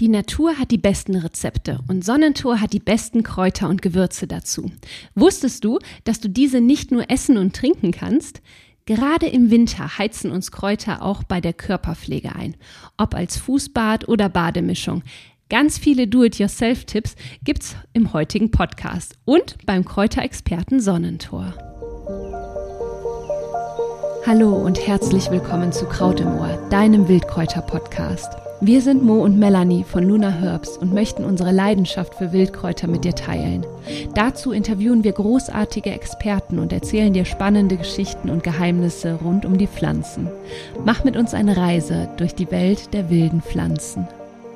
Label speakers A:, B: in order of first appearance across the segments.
A: Die Natur hat die besten Rezepte und Sonnentor hat die besten Kräuter und Gewürze dazu. Wusstest du, dass du diese nicht nur essen und trinken kannst? Gerade im Winter heizen uns Kräuter auch bei der Körperpflege ein, ob als Fußbad oder Bademischung. Ganz viele Do-it-yourself-Tipps gibt's im heutigen Podcast und beim Kräuterexperten Sonnentor. Hallo und herzlich willkommen zu Kraut im Ohr, deinem Wildkräuter-Podcast. Wir sind Mo und Melanie von Luna Herbs und möchten unsere Leidenschaft für Wildkräuter mit dir teilen. Dazu interviewen wir großartige Experten und erzählen dir spannende Geschichten und Geheimnisse rund um die Pflanzen. Mach mit uns eine Reise durch die Welt der wilden Pflanzen.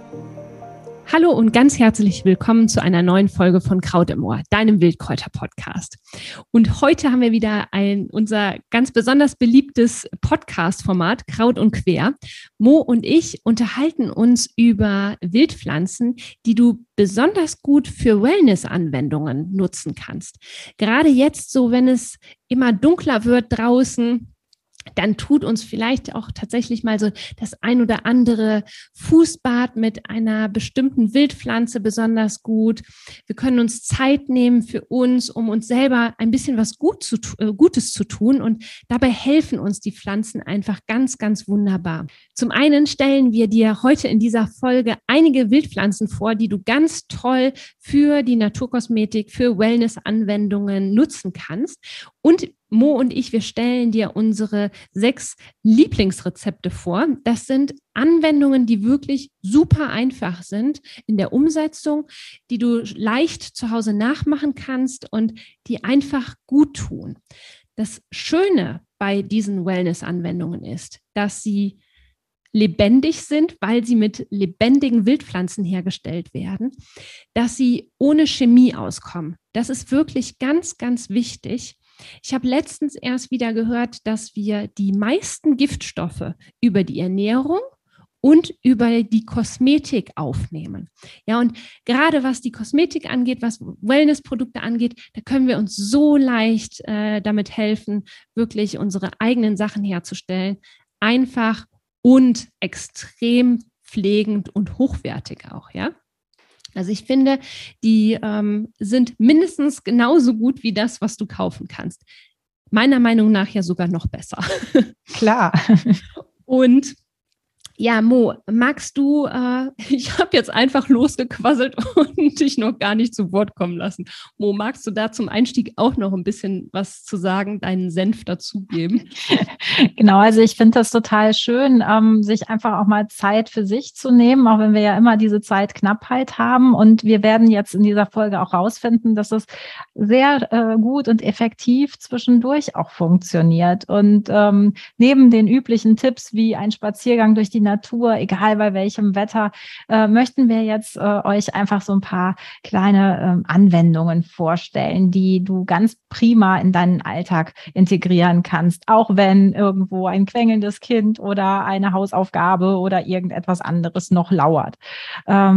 A: Hallo und ganz herzlich willkommen zu einer neuen Folge von Kraut im Ohr, deinem Wildkräuter-Podcast. Und heute haben wir wieder unser ganz besonders beliebtes Podcast-Format Kraut und Quer. Mo und ich unterhalten uns über Wildpflanzen, die du besonders gut für Wellness-Anwendungen nutzen kannst. Gerade jetzt so, wenn es immer dunkler wird draußen, dann tut uns vielleicht auch tatsächlich mal so das ein oder andere Fußbad mit einer bestimmten Wildpflanze besonders gut. Wir können uns Zeit nehmen für uns, um uns selber ein bisschen was Gutes zu tun, und dabei helfen uns die Pflanzen einfach ganz, ganz wunderbar. Zum einen stellen wir dir heute in dieser Folge einige Wildpflanzen vor, die du ganz toll für die Naturkosmetik, für Wellness-Anwendungen nutzen kannst, und Mo und ich, wir stellen dir unsere 6 Lieblingsrezepte vor. Das sind Anwendungen, die wirklich super einfach sind in der Umsetzung, die du leicht zu Hause nachmachen kannst und die einfach gut tun. Das Schöne bei diesen Wellness-Anwendungen ist, dass sie lebendig sind, weil sie mit lebendigen Wildpflanzen hergestellt werden, dass sie ohne Chemie auskommen. Das ist wirklich ganz, ganz wichtig. Ich habe letztens erst wieder gehört, dass wir die meisten Giftstoffe über die Ernährung und über die Kosmetik aufnehmen. Ja, und gerade was die Kosmetik angeht, was Wellnessprodukte angeht, da können wir uns so leicht damit helfen, wirklich unsere eigenen Sachen herzustellen. Einfach und extrem pflegend und hochwertig auch, ja. Also ich finde, die sind mindestens genauso gut wie das, was du kaufen kannst. Meiner Meinung nach ja sogar noch besser.
B: Klar.
A: Und ja, Mo, magst du, ich habe jetzt einfach losgequasselt und dich noch gar nicht zu Wort kommen lassen. Mo, magst du da zum Einstieg auch noch ein bisschen was zu sagen, deinen Senf dazugeben?
B: Genau, also ich finde das total schön, sich einfach auch mal Zeit für sich zu nehmen, auch wenn wir ja immer diese Zeitknappheit haben. Und wir werden jetzt in dieser Folge auch rausfinden, dass es sehr gut und effektiv zwischendurch auch funktioniert. Und neben den üblichen Tipps wie ein Spaziergang durch die Natur, egal bei welchem Wetter, möchten wir jetzt euch einfach so ein paar kleine Anwendungen vorstellen, die du ganz prima in deinen Alltag integrieren kannst, auch wenn irgendwo ein quengelndes Kind oder eine Hausaufgabe oder irgendetwas anderes noch lauert. Da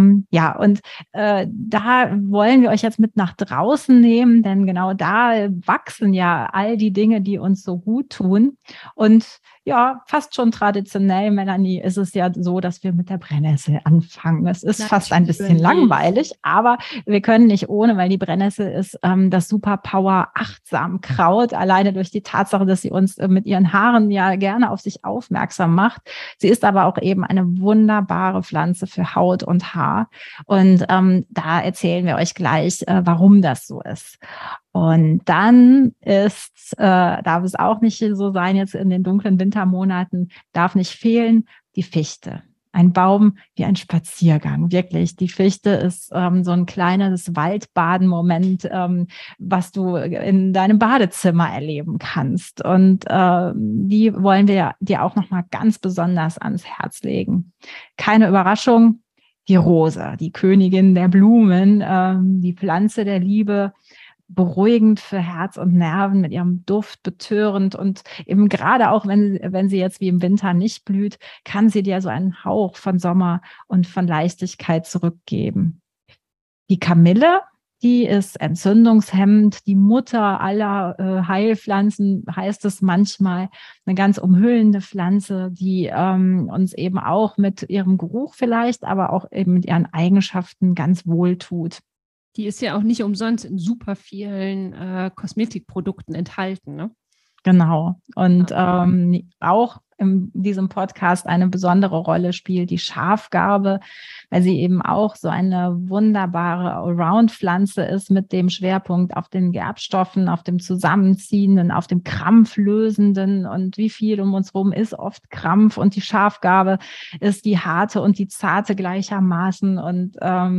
B: wollen wir euch jetzt mit nach draußen nehmen, denn genau da wachsen ja all die Dinge, die uns so gut tun. Und ja, fast schon traditionell, Melanie, ist es ja so, dass wir mit der Brennnessel anfangen. Es ist fast ein bisschen langweilig, aber wir können nicht ohne, weil die Brennnessel ist das Superpower-Achtsam-Kraut, alleine durch die Tatsache, dass sie uns mit ihren Haaren ja gerne auf sich aufmerksam macht. Sie ist aber auch eben eine wunderbare Pflanze für Haut und Haar. Und da erzählen wir euch gleich, warum das so ist. Und dann darf es auch nicht so sein, jetzt in den dunklen Wintermonaten, darf nicht fehlen, die Fichte. Ein Baum wie ein Spaziergang, wirklich. Die Fichte ist so ein kleines Waldbaden-Moment, was du in deinem Badezimmer erleben kannst. Und die wollen wir dir auch nochmal ganz besonders ans Herz legen. Keine Überraschung, die Rose, die Königin der Blumen, die Pflanze der Liebe, beruhigend für Herz und Nerven, mit ihrem Duft betörend, und eben gerade auch, wenn sie jetzt wie im Winter nicht blüht, kann sie dir so einen Hauch von Sommer und von Leichtigkeit zurückgeben. Die Kamille Die ist entzündungshemmend, die Mutter aller Heilpflanzen, heißt es manchmal, eine ganz umhüllende Pflanze, die uns eben auch mit ihrem Geruch vielleicht, aber auch eben mit ihren Eigenschaften ganz wohl tut.
A: Die ist ja auch nicht umsonst in super vielen Kosmetikprodukten enthalten, ne?
B: Genau. Und auch in diesem Podcast eine besondere Rolle spielt die Schafgarbe, weil sie eben auch so eine wunderbare Allround-Pflanze ist mit dem Schwerpunkt auf den Gerbstoffen, auf dem Zusammenziehenden, auf dem Krampflösenden. Und wie viel um uns herum ist oft Krampf, und die Schafgarbe ist die harte und die zarte gleichermaßen und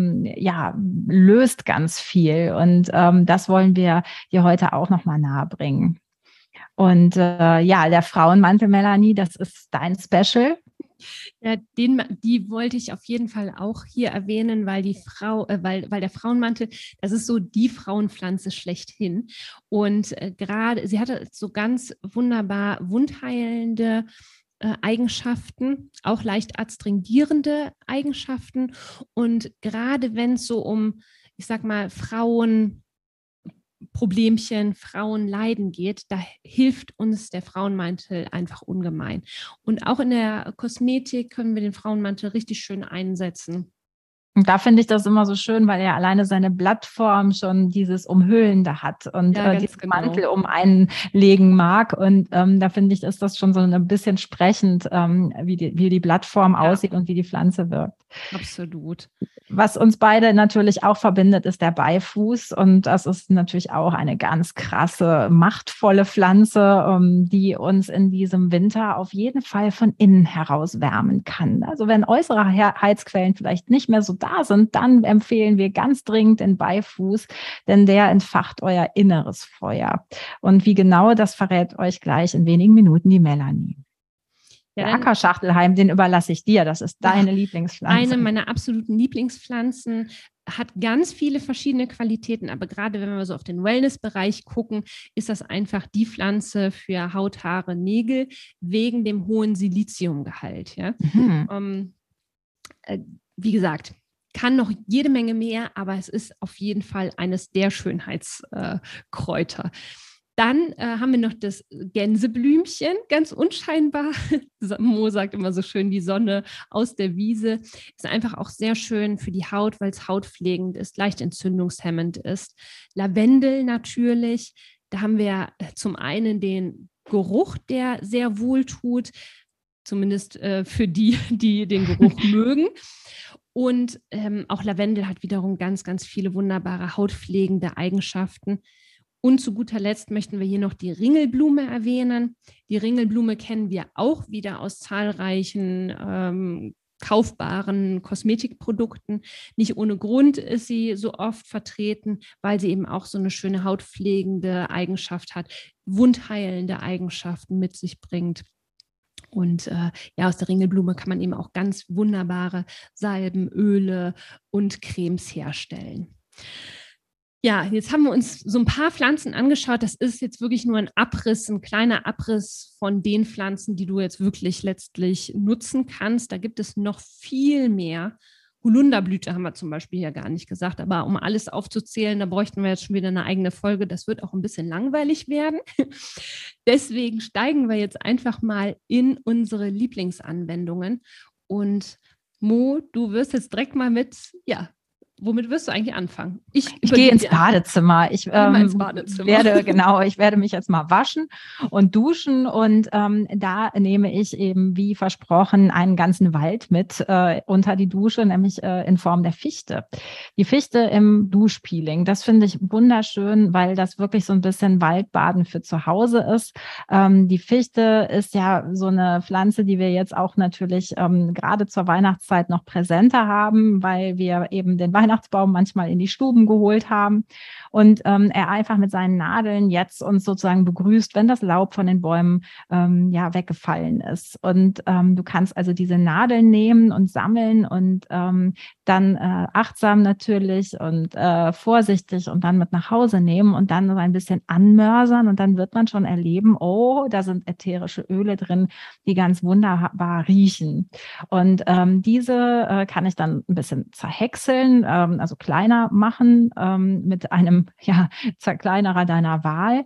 B: löst ganz viel. Und das wollen wir dir heute auch nochmal nahebringen. Und der Frauenmantel, Melanie, das ist dein Special.
A: Ja, die wollte ich auf jeden Fall auch hier erwähnen, weil weil der Frauenmantel, das ist so die Frauenpflanze schlechthin. Und gerade, sie hatte so ganz wunderbar wundheilende Eigenschaften, auch leicht adstringierende Eigenschaften. Und gerade wenn es so um, ich sag mal, Frauenleiden geht, da hilft uns der Frauenmantel einfach ungemein. Und auch in der Kosmetik können wir den Frauenmantel richtig schön einsetzen.
B: Und da finde ich das immer so schön, weil er alleine seine Blattform schon dieses Umhüllende hat und diesen Mantel um einen legen mag. Und da finde ich, ist das schon so ein bisschen sprechend, wie die Blattform aussieht und wie die Pflanze wirkt.
A: Absolut.
B: Was uns beide natürlich auch verbindet, ist der Beifuß. Und das ist natürlich auch eine ganz krasse, machtvolle Pflanze, die uns in diesem Winter auf jeden Fall von innen heraus wärmen kann. Also wenn äußere Heizquellen vielleicht nicht mehr so da sind, dann empfehlen wir ganz dringend den Beifuß, denn der entfacht euer inneres Feuer. Und wie genau, das verrät euch gleich in wenigen Minuten die Melanie. Ja, der Ackerschachtelhalm, den überlasse ich dir. Das ist deine Lieblingspflanze.
A: Eine meiner absoluten Lieblingspflanzen, hat ganz viele verschiedene Qualitäten, aber gerade wenn wir so auf den Wellness-Bereich gucken, ist das einfach die Pflanze für Haut, Haare, Nägel wegen dem hohen Siliziumgehalt. Ja? Wie gesagt, kann noch jede Menge mehr, aber es ist auf jeden Fall eines der Schönheitskräuter. Dann haben wir noch das Gänseblümchen, ganz unscheinbar. Mo sagt immer so schön, die Sonne aus der Wiese. Ist einfach auch sehr schön für die Haut, weil es hautpflegend ist, leicht entzündungshemmend ist. Lavendel natürlich. Da haben wir zum einen den Geruch, der sehr wohl tut, zumindest für die den Geruch mögen. Und auch Lavendel hat wiederum ganz, ganz viele wunderbare hautpflegende Eigenschaften. Und zu guter Letzt möchten wir hier noch die Ringelblume erwähnen. Die Ringelblume kennen wir auch wieder aus zahlreichen kaufbaren Kosmetikprodukten. Nicht ohne Grund ist sie so oft vertreten, weil sie eben auch so eine schöne hautpflegende Eigenschaft hat, wundheilende Eigenschaften mit sich bringt. Und aus der Ringelblume kann man eben auch ganz wunderbare Salben, Öle und Cremes herstellen. Ja, jetzt haben wir uns so ein paar Pflanzen angeschaut. Das ist jetzt wirklich nur ein kleiner Abriss von den Pflanzen, die du jetzt wirklich letztlich nutzen kannst. Da gibt es noch viel mehr. Holunderblüte haben wir zum Beispiel hier gar nicht gesagt, aber um alles aufzuzählen, da bräuchten wir jetzt schon wieder eine eigene Folge. Das wird auch ein bisschen langweilig werden. Deswegen steigen wir jetzt einfach mal in unsere Lieblingsanwendungen. Und Mo, du wirst jetzt direkt mal womit wirst du eigentlich anfangen?
B: Ich gehe ins Badezimmer. Ich werde mich jetzt mal waschen und duschen und da nehme ich eben, wie versprochen, einen ganzen Wald mit unter die Dusche, nämlich in Form der Fichte. Die Fichte im Duschpeeling, das finde ich wunderschön, weil das wirklich so ein bisschen Waldbaden für zu Hause ist. Die Fichte ist ja so eine Pflanze, die wir jetzt auch natürlich gerade zur Weihnachtszeit noch präsenter haben, weil wir eben den Weihnachtsbaum manchmal in die Stuben geholt haben und er einfach mit seinen Nadeln jetzt uns sozusagen begrüßt, wenn das Laub von den Bäumen weggefallen ist. Und du kannst also diese Nadeln nehmen und sammeln und dann achtsam natürlich und vorsichtig und dann mit nach Hause nehmen und dann so ein bisschen anmörsern und dann wird man schon erleben, oh, da sind ätherische Öle drin, die ganz wunderbar riechen. Und diese kann ich dann ein bisschen zerhäckseln, also kleiner machen mit einem Zerkleinerer deiner Wahl.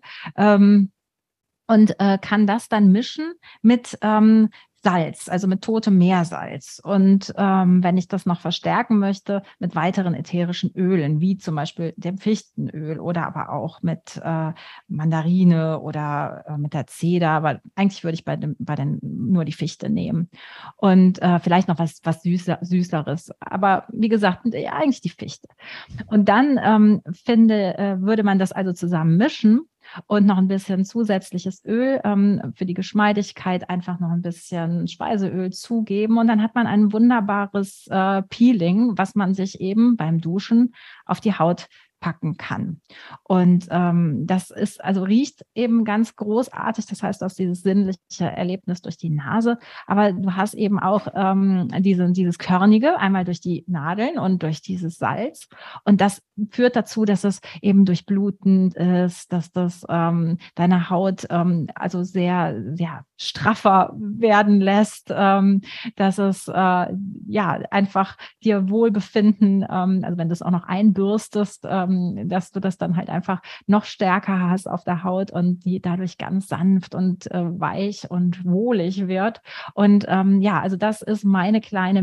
B: Und kann das dann mischen mit Salz, also mit totem Meersalz. Und wenn ich das noch verstärken möchte, mit weiteren ätherischen Ölen, wie zum Beispiel dem Fichtenöl oder aber auch mit Mandarine oder mit der Zeder. Aber eigentlich würde ich bei den nur die Fichte nehmen. Und vielleicht noch was Süßeres. Aber wie gesagt, eigentlich die Fichte. Und dann würde man das also zusammen mischen. Und noch ein bisschen zusätzliches Öl für die Geschmeidigkeit, einfach noch ein bisschen Speiseöl zugeben. Und dann hat man ein wunderbares Peeling, was man sich eben beim Duschen auf die Haut packen kann. Und das ist, also riecht eben ganz großartig. Das heißt, du hast dieses sinnliche Erlebnis durch die Nase, aber du hast eben auch dieses Körnige, einmal durch die Nadeln und durch dieses Salz. Und das führt dazu, dass es eben durchblutend ist, dass das deine Haut also sehr, sehr straffer werden lässt, dass es einfach dir Wohlbefinden, also wenn du es auch noch einbürstest, dass du das dann halt einfach noch stärker hast auf der Haut und die dadurch ganz sanft und weich und wohlig wird. Und also das ist meine kleine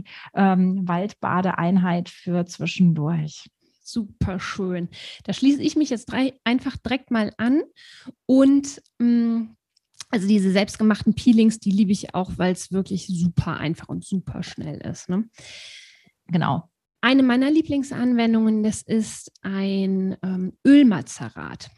B: Mini-Waldbadeeinheit für zwischendurch.
A: Super schön. Da schließe ich mich jetzt einfach direkt mal an und also diese selbstgemachten Peelings, die liebe ich auch, weil es wirklich super einfach und super schnell ist. Ne?
B: Genau.
A: Eine meiner Lieblingsanwendungen, das ist ein Ölmazerat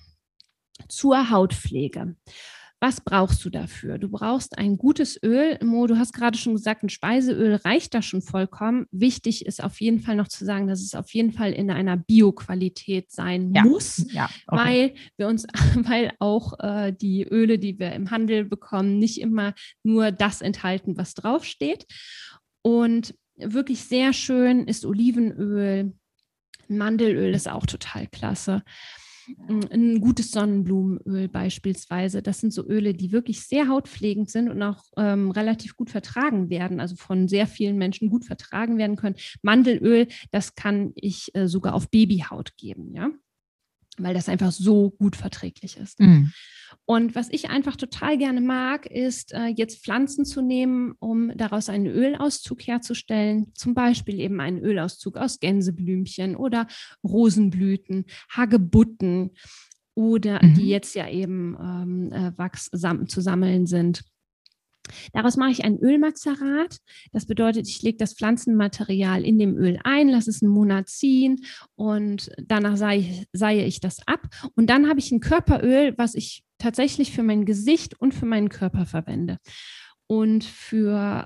A: zur Hautpflege. Was brauchst du dafür? Du brauchst ein gutes Öl. Mo, du hast gerade schon gesagt, ein Speiseöl reicht da schon vollkommen. Wichtig ist auf jeden Fall noch zu sagen, dass es auf jeden Fall in einer Bio-Qualität sein muss, okay. weil auch die Öle, die wir im Handel bekommen, nicht immer nur das enthalten, was draufsteht. Und wirklich sehr schön ist Olivenöl. Mandelöl ist auch total klasse. Ein gutes Sonnenblumenöl beispielsweise. Das sind so Öle, die wirklich sehr hautpflegend sind und auch relativ gut vertragen werden, also von sehr vielen Menschen gut vertragen werden können. Mandelöl, das kann ich sogar auf Babyhaut geben, ja, weil das einfach so gut verträglich ist. Mhm. Und was ich einfach total gerne mag, ist jetzt Pflanzen zu nehmen, um daraus einen Ölauszug herzustellen. Zum Beispiel eben einen Ölauszug aus Gänseblümchen oder Rosenblüten, Hagebutten oder die jetzt ja eben Wachs zu sammeln sind. Daraus mache ich ein Ölmazerat. Das bedeutet, ich lege das Pflanzenmaterial in dem Öl ein, lasse es einen Monat ziehen und danach seie ich das ab. Und dann habe ich ein Körperöl, was ich tatsächlich für mein Gesicht und für meinen Körper verwende. Und für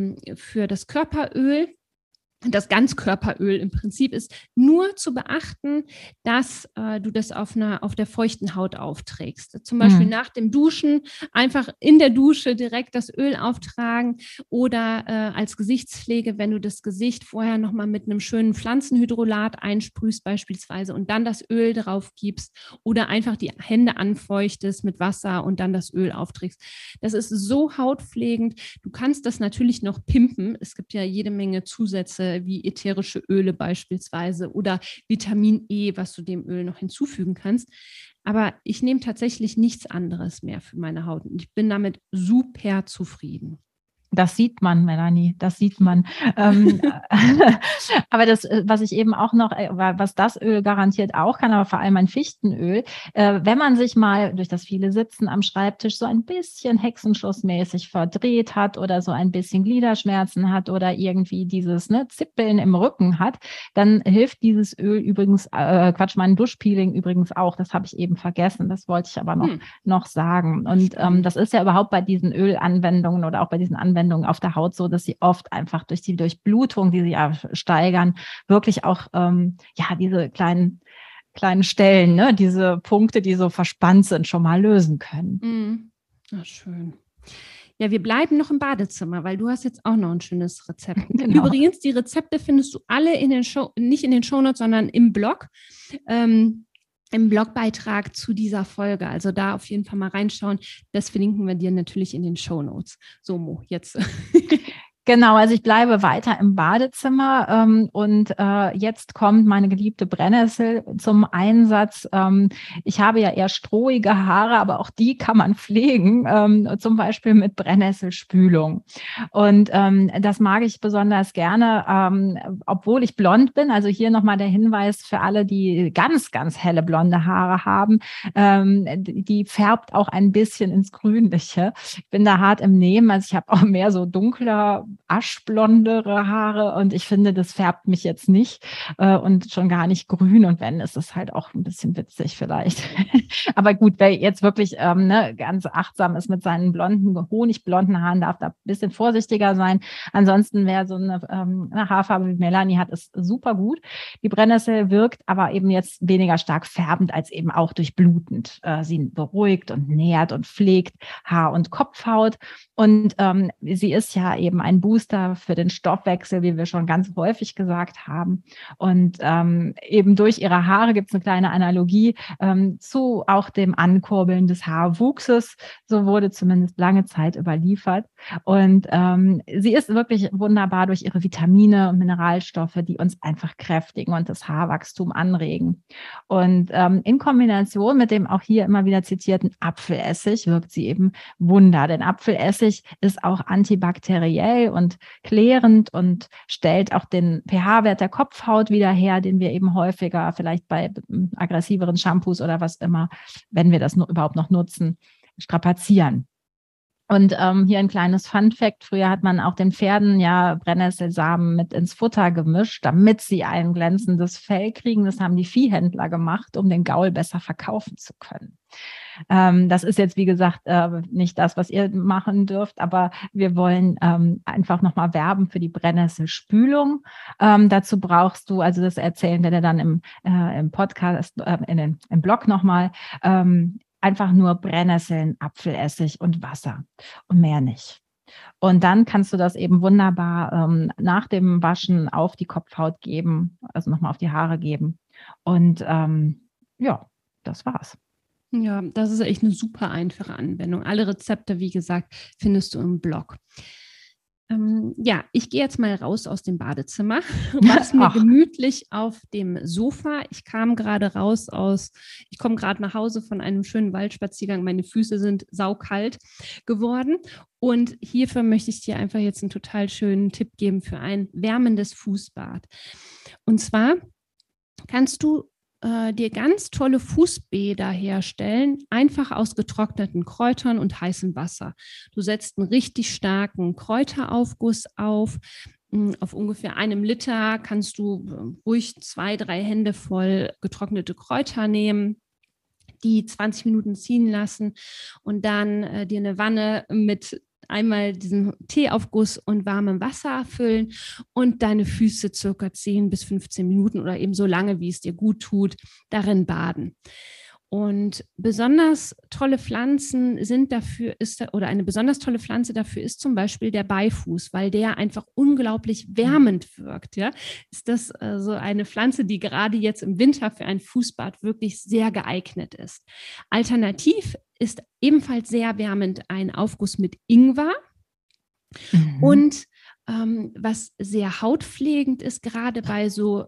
A: das Körperöl, das Ganzkörperöl im Prinzip ist nur zu beachten, dass du das auf der feuchten Haut aufträgst. Zum Beispiel nach dem Duschen einfach in der Dusche direkt das Öl auftragen oder als Gesichtspflege, wenn du das Gesicht vorher nochmal mit einem schönen Pflanzenhydrolat einsprühst beispielsweise und dann das Öl drauf gibst oder einfach die Hände anfeuchtest mit Wasser und dann das Öl aufträgst. Das ist so hautpflegend. Du kannst das natürlich noch pimpen. Es gibt ja jede Menge Zusätze wie ätherische Öle beispielsweise oder Vitamin E, was du dem Öl noch hinzufügen kannst. Aber ich nehme tatsächlich nichts anderes mehr für meine Haut und ich bin damit super zufrieden.
B: Das sieht man, Melanie, das sieht man. Aber das, was ich eben auch noch, was das Öl garantiert auch kann, aber vor allem ein Fichtenöl, wenn man sich mal durch das viele Sitzen am Schreibtisch so ein bisschen hexenschussmäßig verdreht hat oder so ein bisschen Gliederschmerzen hat oder irgendwie dieses Zippeln im Rücken hat, dann hilft dieses Öl übrigens, mein Duschpeeling übrigens auch, das habe ich eben vergessen, das wollte ich aber noch sagen. Und das ist ja überhaupt bei diesen Ölanwendungen oder auch bei diesen Anwendungen auf der Haut so, dass sie oft einfach durch die Durchblutung, die sie ja steigern, wirklich auch diese kleinen Stellen, diese Punkte, die so verspannt sind, schon mal lösen können.
A: Ach, schön. Ja, wir bleiben noch im Badezimmer, weil du hast jetzt auch noch ein schönes Rezept.
B: Genau.
A: Übrigens, die Rezepte findest du alle nicht in den Shownotes, sondern im Blog. Im Blogbeitrag zu dieser Folge. Also da auf jeden Fall mal reinschauen. Das verlinken wir dir natürlich in den Shownotes. So, Mo, jetzt.
B: Genau, also ich bleibe weiter im Badezimmer und jetzt kommt meine geliebte Brennnessel zum Einsatz. Ich habe ja eher strohige Haare, aber auch die kann man pflegen, zum Beispiel mit Brennnesselspülung. Und das mag ich besonders gerne, obwohl ich blond bin. Also hier nochmal der Hinweis für alle, die ganz, ganz helle blonde Haare haben. Die färbt auch ein bisschen ins Grünliche. Ich bin da hart im Nehmen, also ich habe auch mehr so dunkler, aschblondere Haare und ich finde, das färbt mich jetzt nicht und schon gar nicht grün und wenn, ist es halt auch ein bisschen witzig vielleicht. Aber gut, wer jetzt wirklich ganz achtsam ist mit seinen blonden, honigblonden Haaren, darf da ein bisschen vorsichtiger sein. Ansonsten, wer so eine Haarfarbe wie Melanie hat, ist super gut. Die Brennnessel wirkt aber eben jetzt weniger stark färbend als eben auch durchblutend. Sie beruhigt und nährt und pflegt Haar- und Kopfhaut und sie ist ja eben ein Booster für den Stoffwechsel, wie wir schon ganz häufig gesagt haben. Und eben durch ihre Haare gibt es eine kleine Analogie zu auch dem Ankurbeln des Haarwuchses. So wurde zumindest lange Zeit überliefert. Und sie ist wirklich wunderbar durch ihre Vitamine und Mineralstoffe, die uns einfach kräftigen und das Haarwachstum anregen. Und in Kombination mit dem auch hier immer wieder zitierten Apfelessig wirkt sie eben Wunder. Denn Apfelessig ist auch antibakteriell und klärend und stellt auch den pH-Wert der Kopfhaut wieder her, den wir eben häufiger vielleicht bei aggressiveren Shampoos oder was immer, wenn wir das überhaupt noch nutzen, strapazieren. Und hier ein kleines Fun-Fact. Früher hat man auch den Pferden ja Brennnesselsamen mit ins Futter gemischt, damit sie ein glänzendes Fell kriegen. Das haben die Viehhändler gemacht, um den Gaul besser verkaufen zu können. Das ist jetzt, wie gesagt, nicht das, was ihr machen dürft, aber wir wollen einfach nochmal werben für die Brennnesselspülung. Dazu brauchst du, also das erzählen wir dir dann im Podcast, im Blog nochmal, einfach nur Brennnesseln, Apfelessig und Wasser und mehr nicht. Und dann kannst du das eben wunderbar nach dem Waschen auf die Kopfhaut geben, also nochmal auf die Haare geben. Und ja, das war's.
A: Ja, das ist echt eine super einfache Anwendung. Alle Rezepte, wie gesagt, findest du im Blog. Ja, ich gehe jetzt mal raus aus dem Badezimmer, mache es mir gemütlich auf dem Sofa. Ich komme gerade nach Hause von einem schönen Waldspaziergang. Meine Füße sind saukalt geworden. Und hierfür möchte ich dir einfach jetzt einen total schönen Tipp geben für ein wärmendes Fußbad. Und zwar kannst du dir ganz tolle Fußbäder herstellen, einfach aus getrockneten Kräutern und heißem Wasser. Du setzt einen richtig starken Kräuteraufguss auf. Auf ungefähr 1 Liter kannst du ruhig 2, 3 Hände voll getrocknete Kräuter nehmen, die 20 Minuten ziehen lassen und dann dir eine Wanne mit einmal diesen Teeaufguss und warmem Wasser füllen und deine Füße circa 10 bis 15 Minuten oder eben so lange, wie es dir gut tut, darin baden. Und besonders tolle Pflanzen eine besonders tolle Pflanze dafür ist zum Beispiel der Beifuß, weil der einfach unglaublich wärmend wirkt. Ja? Ist das so eine Pflanze, die gerade jetzt im Winter für ein Fußbad wirklich sehr geeignet ist. Alternativ ist ebenfalls sehr wärmend ein Aufguss mit Ingwer. Und was sehr hautpflegend ist, gerade bei so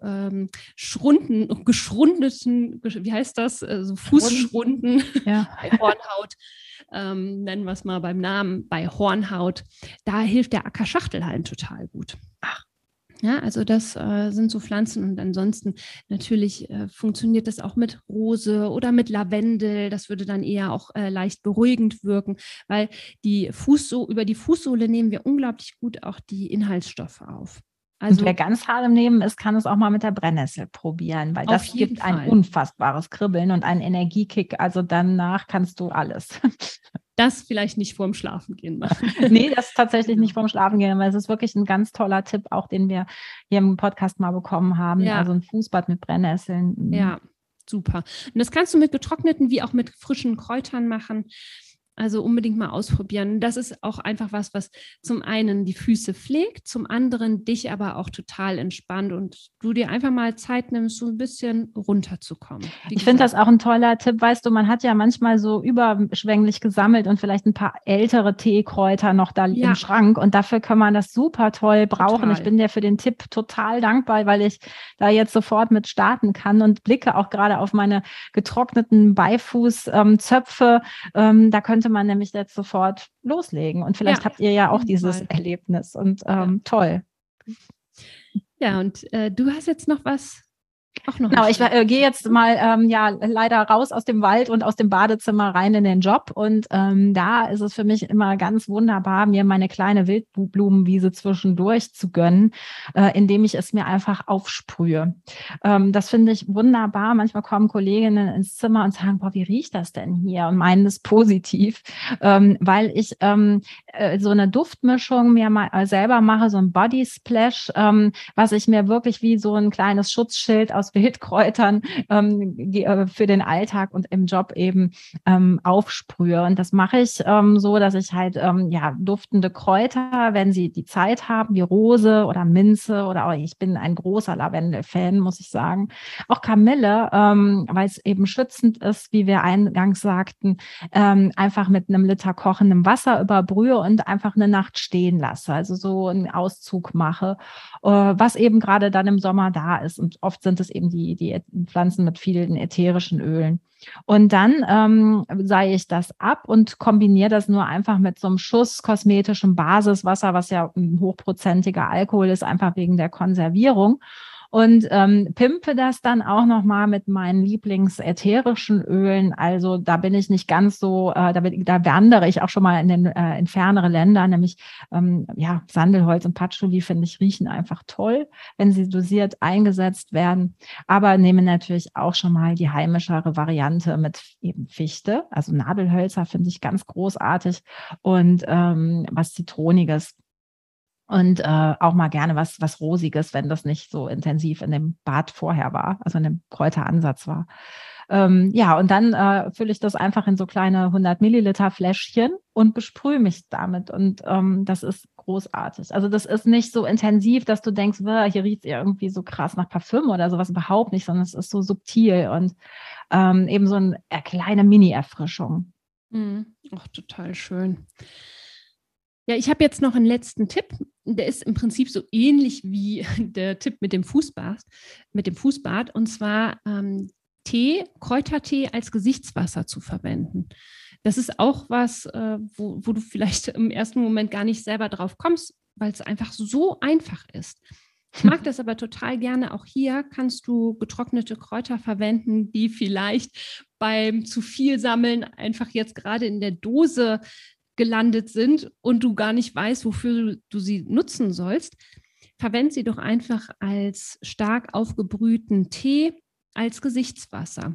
A: geschrundeten, wie heißt das, so Fußschrunden bei Hornhaut, nennen wir es mal beim Namen, bei Hornhaut, da hilft der Ackerschachtelhalm total gut. Ja, also das sind so Pflanzen und ansonsten natürlich funktioniert das auch mit Rose oder mit Lavendel. Das würde dann eher auch leicht beruhigend wirken, weil über die Fußsohle nehmen wir unglaublich gut auch die Inhaltsstoffe auf.
B: Also, und wer ganz hart im Nehmen ist, kann es auch mal mit der Brennnessel probieren, weil das gibt ein unfassbares Kribbeln und einen Energiekick. Also danach kannst du alles.
A: Das vielleicht nicht vorm Schlafengehen machen.
B: Nee, das ist tatsächlich nicht vorm Schlafengehen, weil es ist wirklich ein ganz toller Tipp, auch den wir hier im Podcast mal bekommen haben. Ja. Also ein Fußbad mit Brennnesseln.
A: Ja, super. Und das kannst du mit getrockneten wie auch mit frischen Kräutern machen. Also unbedingt mal ausprobieren. Das ist auch einfach was zum einen die Füße pflegt, zum anderen dich aber auch total entspannt und du dir einfach mal Zeit nimmst, so ein bisschen runterzukommen.
B: Ich finde das auch ein toller Tipp. Weißt du, man hat ja manchmal so überschwänglich gesammelt und vielleicht ein paar ältere Teekräuter noch da im Schrank und dafür kann man das super toll brauchen. Total. Ich bin dir für den Tipp total dankbar, weil ich da jetzt sofort mit starten kann und blicke auch gerade auf meine getrockneten Beifußzöpfe. Da könnte man nämlich jetzt sofort loslegen. Und vielleicht habt ihr ja auch dieses Erlebnis. Und toll.
A: Ja, und du hast jetzt noch was.
B: Genau, ich gehe jetzt mal leider raus aus dem Wald und aus dem Badezimmer rein in den Job. Und da ist es für mich immer ganz wunderbar, mir meine kleine Wildblumenwiese zwischendurch zu gönnen, indem ich es mir einfach aufsprühe. Das finde ich wunderbar. Manchmal kommen Kolleginnen ins Zimmer und sagen, boah, wie riecht das denn hier? Und meinen es positiv, weil ich so eine Duftmischung mir mal selber mache, so ein Body Splash, was ich mir wirklich wie so ein kleines Schutzschild aus Wildkräutern für den Alltag und im Job eben aufsprühe. Und das mache ich so, dass ich halt duftende Kräuter, wenn sie die Zeit haben, wie Rose oder Minze oder auch, ich bin ein großer Lavendel-Fan, muss ich sagen. Auch Kamille, weil es eben schützend ist, wie wir eingangs sagten, einfach mit einem Liter kochendem Wasser überbrühe und einfach eine Nacht stehen lasse. Also so einen Auszug mache, was eben gerade dann im Sommer da ist. Und oft sind es eben die Pflanzen mit vielen ätherischen Ölen. Und dann seihe ich das ab und kombiniere das nur einfach mit so einem Schuss kosmetischem Basiswasser, was ja ein hochprozentiger Alkohol ist, einfach wegen der Konservierung. Und pimpe das dann auch nochmal mit meinen Lieblingsätherischen Ölen. Also da bin ich nicht ganz so, da wandere ich auch schon mal in fernere Länder, nämlich Sandelholz und Patchouli, finde ich, riechen einfach toll, wenn sie dosiert eingesetzt werden. Aber nehme natürlich auch schon mal die heimischere Variante mit eben Fichte. Also Nadelhölzer finde ich ganz großartig und was Zitroniges. Und auch mal gerne was Rosiges, wenn das nicht so intensiv in dem Bad vorher war, also in dem Kräuteransatz war. Und dann fülle ich das einfach in so kleine 100 Milliliter Fläschchen und besprühe mich damit. Und das ist großartig. Also das ist nicht so intensiv, dass du denkst, hier riecht es irgendwie so krass nach Parfüm oder sowas, überhaupt nicht, sondern es ist so subtil und eben so eine kleine Mini-Erfrischung.
A: Ach, total schön. Ja, ich habe jetzt noch einen letzten Tipp. Der ist im Prinzip so ähnlich wie der Tipp mit dem Fußbad. Und zwar Kräutertee als Gesichtswasser zu verwenden. Das ist auch was, wo du vielleicht im ersten Moment gar nicht selber drauf kommst, weil es einfach so einfach ist. Ich mag das aber total gerne. Auch hier kannst du getrocknete Kräuter verwenden, die vielleicht beim zu viel Sammeln einfach jetzt gerade in der Dose gelandet sind und du gar nicht weißt, wofür du sie nutzen sollst. Verwende sie doch einfach als stark aufgebrühten Tee, als Gesichtswasser.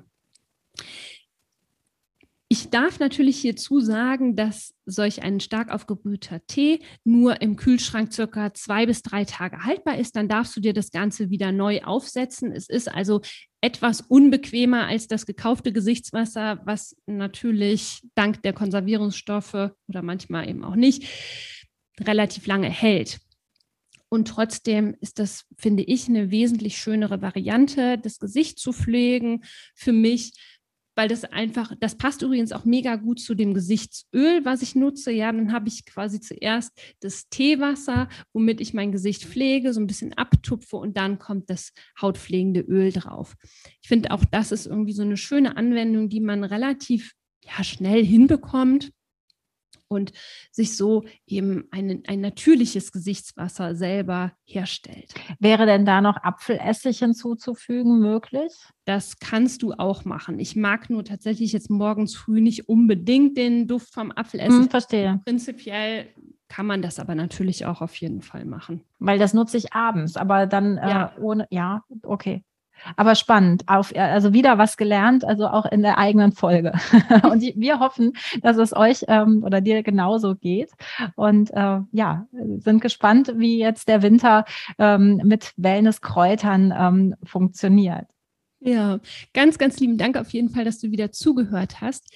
A: Ich darf natürlich hierzu sagen, dass solch ein stark aufgebrühter Tee nur im Kühlschrank circa 2 bis 3 Tage haltbar ist. Dann darfst du dir das Ganze wieder neu aufsetzen. Es ist also etwas unbequemer als das gekaufte Gesichtswasser, was natürlich dank der Konservierungsstoffe oder manchmal eben auch nicht relativ lange hält. Und trotzdem ist das, finde ich, eine wesentlich schönere Variante, das Gesicht zu pflegen für mich, weil das passt übrigens auch mega gut zu dem Gesichtsöl, was ich nutze. Ja, dann habe ich quasi zuerst das Teewasser, womit ich mein Gesicht pflege, so ein bisschen abtupfe und dann kommt das hautpflegende Öl drauf. Ich finde auch, das ist irgendwie so eine schöne Anwendung, die man relativ schnell hinbekommt und sich so eben ein natürliches Gesichtswasser selber herstellt.
B: Wäre denn da noch Apfelessig hinzuzufügen möglich?
A: Das kannst du auch machen. Ich mag nur tatsächlich jetzt morgens früh nicht unbedingt den Duft vom Apfelessig.
B: Verstehe.
A: Prinzipiell kann man das aber natürlich auch auf jeden Fall machen.
B: Weil das nutze ich abends, aber dann ohne, okay. Aber spannend, also wieder was gelernt, also auch in der eigenen Folge. Und wir hoffen, dass es euch oder dir genauso geht. Und sind gespannt, wie jetzt der Winter mit Wellnesskräutern funktioniert.
A: Ja, ganz, ganz lieben Dank auf jeden Fall, dass du wieder zugehört hast.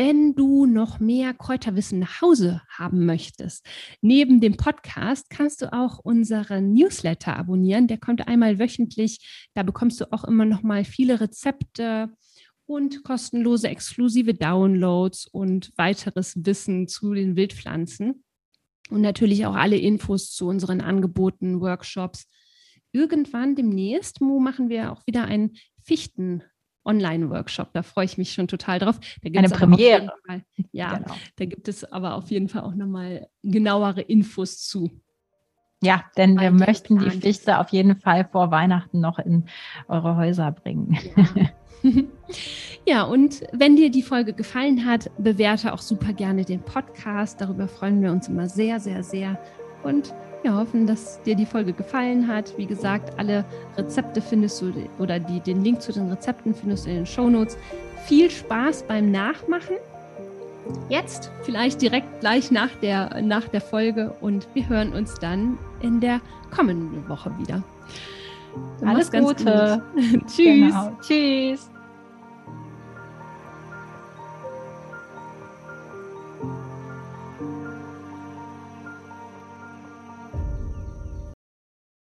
A: wenn du noch mehr Kräuterwissen nach Hause haben möchtest, neben dem Podcast kannst du auch unseren Newsletter abonnieren. Der kommt einmal wöchentlich. Da bekommst du auch immer noch mal viele Rezepte und kostenlose exklusive Downloads und weiteres Wissen zu den Wildpflanzen. Und natürlich auch alle Infos zu unseren Angeboten, Workshops. Irgendwann demnächst, Mo, machen wir auch wieder einen Fichten-Online-Workshop. Da freue ich mich schon total drauf. Da gibt's
B: eine Premiere.
A: Genau. Da gibt es aber auf jeden Fall auch nochmal genauere Infos zu.
B: Ja, denn wir möchten die Fichte auf jeden Fall vor Weihnachten noch in eure Häuser bringen.
A: Ja. Ja, und wenn dir die Folge gefallen hat, bewerte auch super gerne den Podcast. Darüber freuen wir uns immer sehr, sehr, sehr. Und wir hoffen, dass dir die Folge gefallen hat. Wie gesagt, alle Rezepte findest du oder den Link zu den Rezepten findest du in den Shownotes. Viel Spaß beim Nachmachen. Jetzt vielleicht direkt gleich nach der Folge und wir hören uns dann in der kommenden Woche wieder.
B: Alles Gute.
A: Tschüss.
B: Genau. Tschüss.